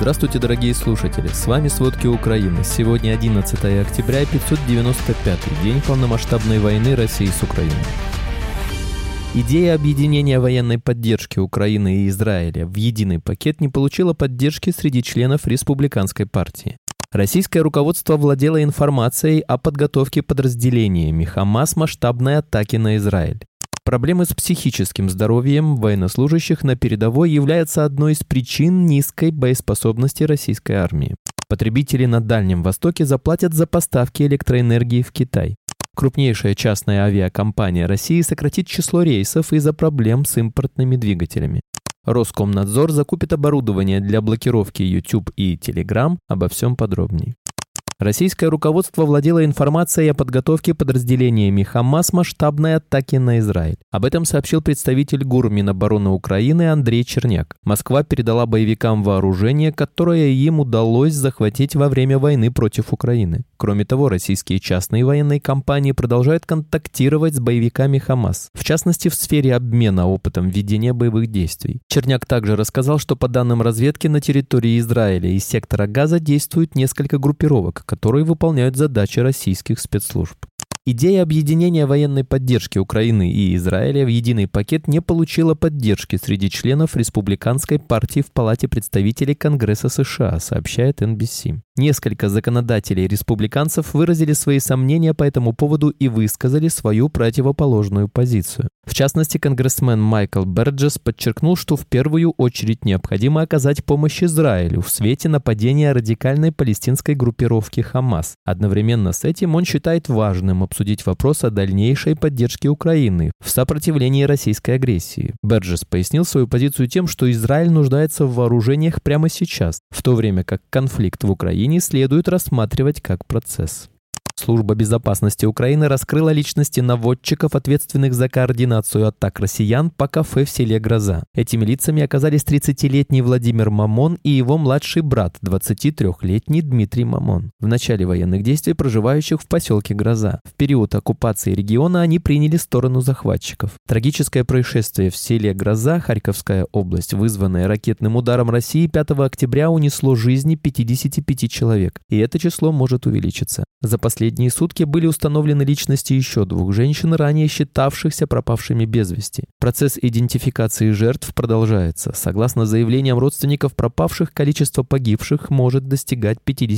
Здравствуйте, дорогие слушатели! С вами «Сводки Украины». Сегодня 11 октября, 595-й день полномасштабной войны России с Украиной. Идея объединения военной поддержки Украины и Израиля в единый пакет не получила поддержки среди членов Республиканской партии. Российское руководство владело информацией о подготовке подразделениями ХАМАС масштабной атаки на Израиль. Проблемы с психическим здоровьем военнослужащих на передовой являются одной из причин низкой боеспособности российской армии. Потребители на Дальнем Востоке заплатят за поставки электроэнергии в Китай. Крупнейшая частная авиакомпания России сократит число рейсов из-за проблем с импортными двигателями. Роскомнадзор закупит оборудование для блокировки YouTube и Telegram. Обо всем подробней. Российское руководство владело информацией о подготовке подразделениями ХАМАС масштабной атаки на Израиль. Об этом сообщил представитель ГУР Минобороны Украины Андрей Черняк. Москва передала боевикам вооружение, которое им удалось захватить во время войны против Украины. Кроме того, российские частные военные компании продолжают контактировать с боевиками ХАМАС, в частности в сфере обмена опытом ведения боевых действий. Черняк также рассказал, что по данным разведки на территории Израиля и сектора Газа действует несколько группировок, которые выполняют задачи российских спецслужб. Идея объединения военной поддержки Украины и Израиля в единый пакет не получила поддержки среди членов Республиканской партии в Палате представителей Конгресса США, сообщает NBC. Несколько законодателей-республиканцев выразили свои сомнения по этому поводу и высказали свою противоположную позицию. В частности, конгрессмен Майкл Берджес подчеркнул, что в первую очередь необходимо оказать помощь Израилю в свете нападения радикальной палестинской группировки ХАМАС. Одновременно с этим он считает важным обсудить вопрос о дальнейшей поддержке Украины в сопротивлении российской агрессии. Берджес пояснил свою позицию тем, что Израиль нуждается в вооружениях прямо сейчас, в то время как конфликт в Украине следует рассматривать как процесс. Служба безопасности Украины раскрыла личности наводчиков, ответственных за координацию атак россиян по кафе в селе Гроза. Этими лицами оказались 30-летний Владимир Мамон и его младший брат, 23-летний Дмитрий Мамон, в начале военных действий проживающих в поселке Гроза. В период оккупации региона они приняли сторону захватчиков. Трагическое происшествие в селе Гроза, Харьковская область, вызванное ракетным ударом России 5 октября, унесло жизни 55 человек, и это число может увеличиться. За последние сутки были установлены личности еще 2 женщин, ранее считавшихся пропавшими без вести. Процесс идентификации жертв продолжается. Согласно заявлениям родственников пропавших, количество погибших может достигать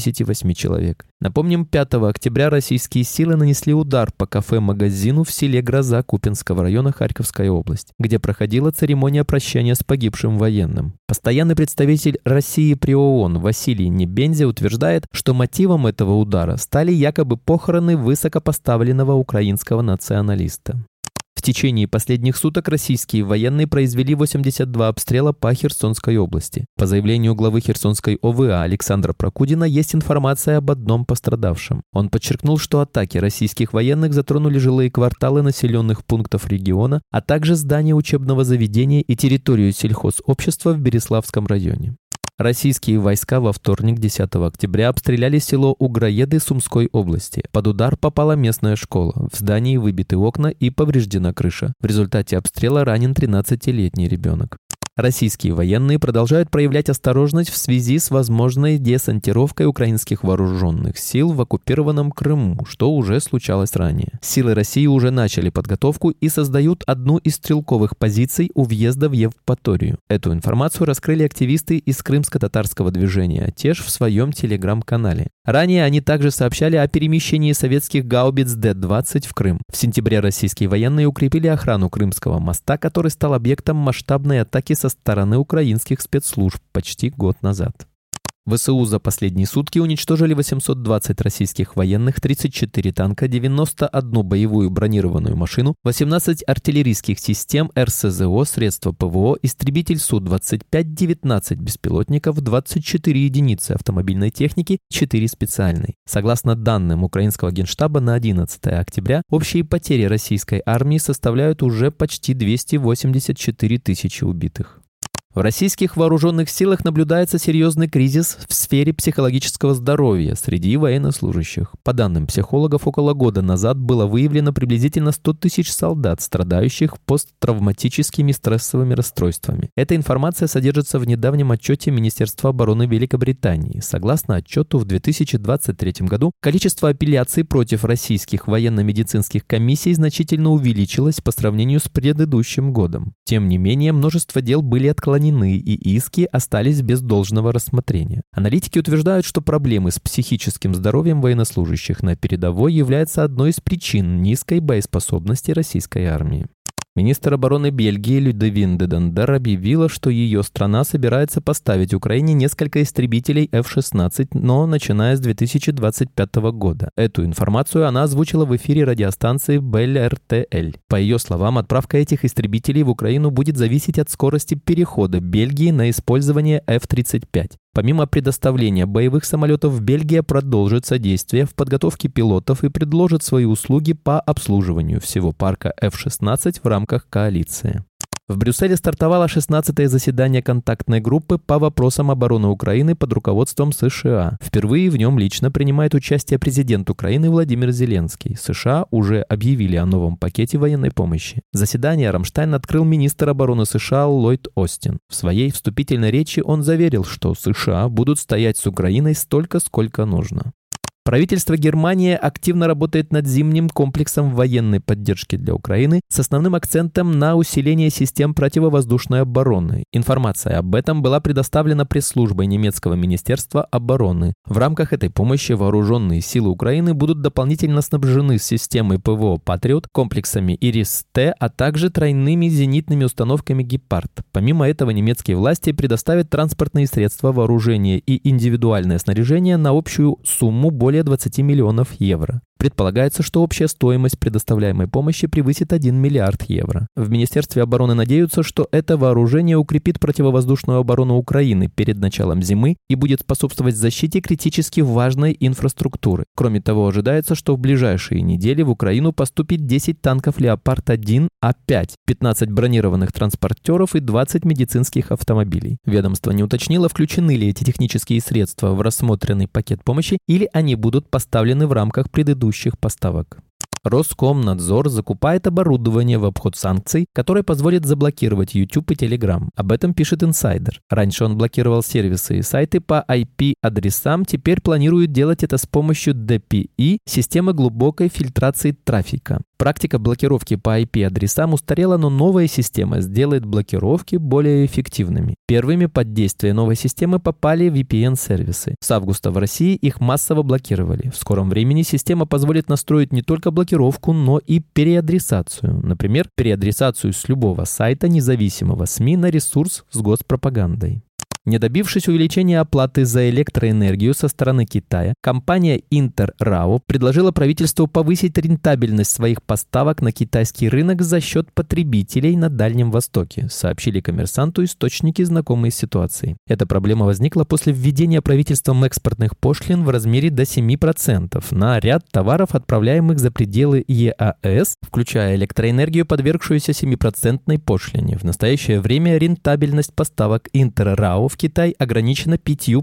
58 человек. Напомним, 5 октября российские силы нанесли удар по кафе-магазину в селе Гроза Купинского района Харьковской области, где проходила церемония прощания с погибшим военным. Постоянный представитель России при ООН Василий Небензя утверждает, что мотивом этого удара стали якобы похороны высокопоставленного украинского националиста. В течение последних суток российские военные произвели 82 обстрела по Херсонской области. По заявлению главы Херсонской ОВА Александра Прокудина есть информация об одном пострадавшем. Он подчеркнул, что атаки российских военных затронули жилые кварталы населенных пунктов региона, а также здание учебного заведения и территорию сельхозобщества в Береславском районе. Российские войска во вторник, 10 октября, обстреляли село Угроеды Сумской области. Под удар попала местная школа. В здании выбиты окна и повреждена крыша. В результате обстрела ранен 13-летний ребенок. Российские военные продолжают проявлять осторожность в связи с возможной десантировкой украинских вооруженных сил в оккупированном Крыму, что уже случалось ранее. Силы России уже начали подготовку и создают одну из стрелковых позиций у въезда в Евпаторию. Эту информацию раскрыли активисты из крымско-татарского движения «Теж» в своем телеграм-канале. Ранее они также сообщали о перемещении советских гаубиц Д-20 в Крым. В сентябре российские военные укрепили охрану Крымского моста, который стал объектом масштабной атаки со стороны украинских спецслужб почти год назад. ВСУ за последние сутки уничтожили 820 российских военных, 34 танка, 91 боевую бронированную машину, 18 артиллерийских систем РСЗО, средства ПВО, истребитель Су-25, 19 беспилотников, 24 единицы автомобильной техники, 4 специальной. Согласно данным украинского генштаба на 11 октября, общие потери российской армии составляют уже почти 284 тысячи убитых. В российских вооруженных силах наблюдается серьезный кризис в сфере психологического здоровья среди военнослужащих. По данным психологов, около года назад было выявлено приблизительно 100 тысяч солдат, страдающих посттравматическими стрессовыми расстройствами. Эта информация содержится в недавнем отчете Министерства обороны Великобритании. Согласно отчету, в 2023 году количество апелляций против российских военно-медицинских комиссий значительно увеличилось по сравнению с предыдущим годом. Тем не менее, множество дел были отклонены, и иски остались без должного рассмотрения. Аналитики утверждают, что проблемы с психическим здоровьем военнослужащих на передовой являются одной из причин низкой боеспособности российской армии. Министр обороны Бельгии Людовин де Дендер объявила, что ее страна собирается поставить Украине несколько истребителей F-16, но начиная с 2025 года. Эту информацию она озвучила в эфире радиостанции БЛРТЛ. По ее словам, отправка этих истребителей в Украину будет зависеть от скорости перехода Бельгии на использование F-35. Помимо предоставления боевых самолетов, Бельгия продолжит содействие в подготовке пилотов и предложит свои услуги по обслуживанию всего парка F-16 в рамках коалиции. В Брюсселе стартовало 16-е заседание контактной группы по вопросам обороны Украины под руководством США. Впервые в нем лично принимает участие президент Украины Владимир Зеленский. США уже объявили о новом пакете военной помощи. Заседание Рамштайн открыл министр обороны США Ллойд Остин. В своей вступительной речи он заверил, что США будут стоять с Украиной столько, сколько нужно. Правительство Германии активно работает над зимним комплексом военной поддержки для Украины с основным акцентом на усиление систем противовоздушной обороны. Информация об этом была предоставлена пресс-службой немецкого министерства обороны. В рамках этой помощи вооруженные силы Украины будут дополнительно снабжены системой ПВО «Патриот», комплексами «Ирис-Т», а также тройными зенитными установками «Гепард». Помимо этого, немецкие власти предоставят транспортные средства, вооружение и индивидуальное снаряжение на общую сумму более 20 миллионов евро. Предполагается, что общая стоимость предоставляемой помощи превысит 1 миллиард евро. В Министерстве обороны надеются, что это вооружение укрепит противовоздушную оборону Украины перед началом зимы и будет способствовать защите критически важной инфраструктуры. Кроме того, ожидается, что в ближайшие недели в Украину поступит 10 танков «Леопард-1», А5, 15 бронированных транспортеров и 20 медицинских автомобилей. Ведомство не уточнило, включены ли эти технические средства в рассмотренный пакет помощи или они будут поставлены в рамках предыдущих поставок. Роскомнадзор закупает оборудование в обход санкций, которое позволит заблокировать YouTube и Telegram. Об этом пишет Insider. Раньше он блокировал сервисы и сайты по IP-адресам, теперь планирует делать это с помощью DPI, системы глубокой фильтрации трафика. Практика блокировки по IP-адресам устарела, но новая система сделает блокировки более эффективными. Первыми под действие новой системы попали VPN-сервисы. С августа в России их массово блокировали. В скором времени система позволит настроить не только блокировку, но и переадресацию. Например, переадресацию с любого сайта независимого СМИ на ресурс с госпропагандой. Не добившись увеличения оплаты за электроэнергию со стороны Китая, компания Интер-РАО предложила правительству повысить рентабельность своих поставок на китайский рынок за счет потребителей на Дальнем Востоке, сообщили «Коммерсанту» источники, знакомые с ситуацией. Эта проблема возникла после введения правительством экспортных пошлин в размере до 7% на ряд товаров, отправляемых за пределы ЕАЭС, включая электроэнергию, подвергшуюся 7% пошлине. В настоящее время рентабельность поставок Интер-РАО в Китай ограничена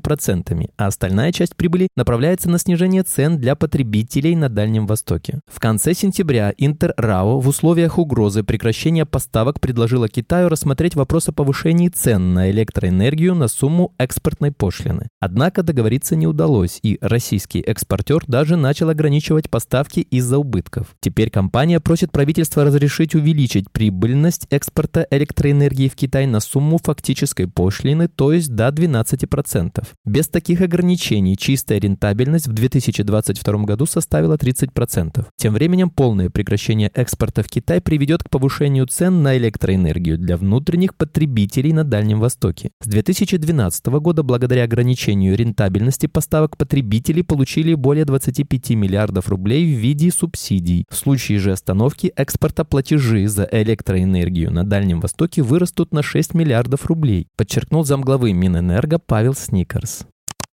5%, а остальная часть прибыли направляется на снижение цен для потребителей на Дальнем Востоке. В конце сентября Интер-РАО в условиях угрозы прекращения поставок предложила Китаю рассмотреть вопрос о повышении цен на электроэнергию на сумму экспортной пошлины. Однако договориться не удалось, и российский экспортер даже начал ограничивать поставки из-за убытков. Теперь компания просит правительство разрешить увеличить прибыльность экспорта электроэнергии в Китай на сумму фактической пошлины, то есть до 12%. Без таких ограничений чистая рентабельность в 2022 году составила 30%. Тем временем полное прекращение экспорта в Китай приведет к повышению цен на электроэнергию для внутренних потребителей на Дальнем Востоке. С 2012 года благодаря ограничению рентабельности поставок потребители получили более 25 миллиардов рублей в виде субсидий. В случае же остановки экспорта платежи за электроэнергию на Дальнем Востоке вырастут на 6 миллиардов рублей, подчеркнул замглавы Минэнерго Павел Сникерс.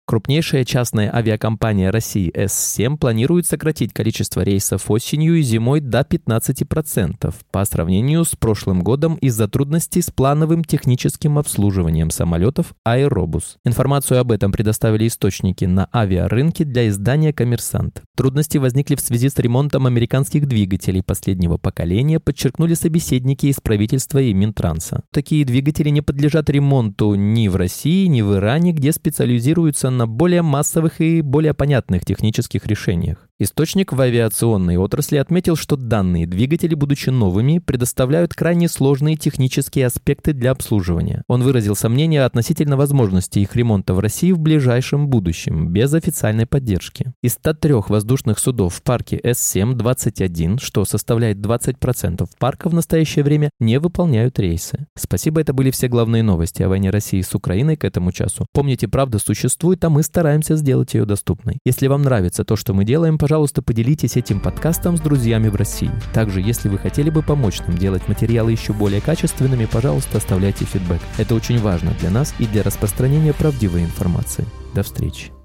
Крупнейшая частная авиакомпания России С-7 планирует сократить количество рейсов осенью и зимой до 15% по сравнению с прошлым годом из-за трудностей с плановым техническим обслуживанием самолетов Аэробус. Информацию об этом предоставили источники на авиарынке для издания «Коммерсант». Трудности возникли в связи с ремонтом американских двигателей последнего поколения, подчеркнули собеседники из правительства и Минтранса. Такие двигатели не подлежат ремонту ни в России, ни в Иране, где специализируются на более массовых и более понятных технических решениях. Источник в авиационной отрасли отметил, что данные двигатели, будучи новыми, предоставляют крайне сложные технические аспекты для обслуживания. Он выразил сомнения относительно возможности их ремонта в России в ближайшем будущем, без официальной поддержки. Из 103 воздушных судов в парке С-7 21, что составляет 20% парка, в настоящее время не выполняют рейсы. Спасибо, это были все главные новости о войне России с Украиной к этому часу. Помните, правда существует, а мы стараемся сделать ее доступной. Если вам нравится то, что мы делаем, пожалуйста, поделитесь этим подкастом с друзьями в России. Также, если вы хотели бы помочь нам делать материалы еще более качественными, пожалуйста, оставляйте фидбэк. Это очень важно для нас и для распространения правдивой информации. До встречи.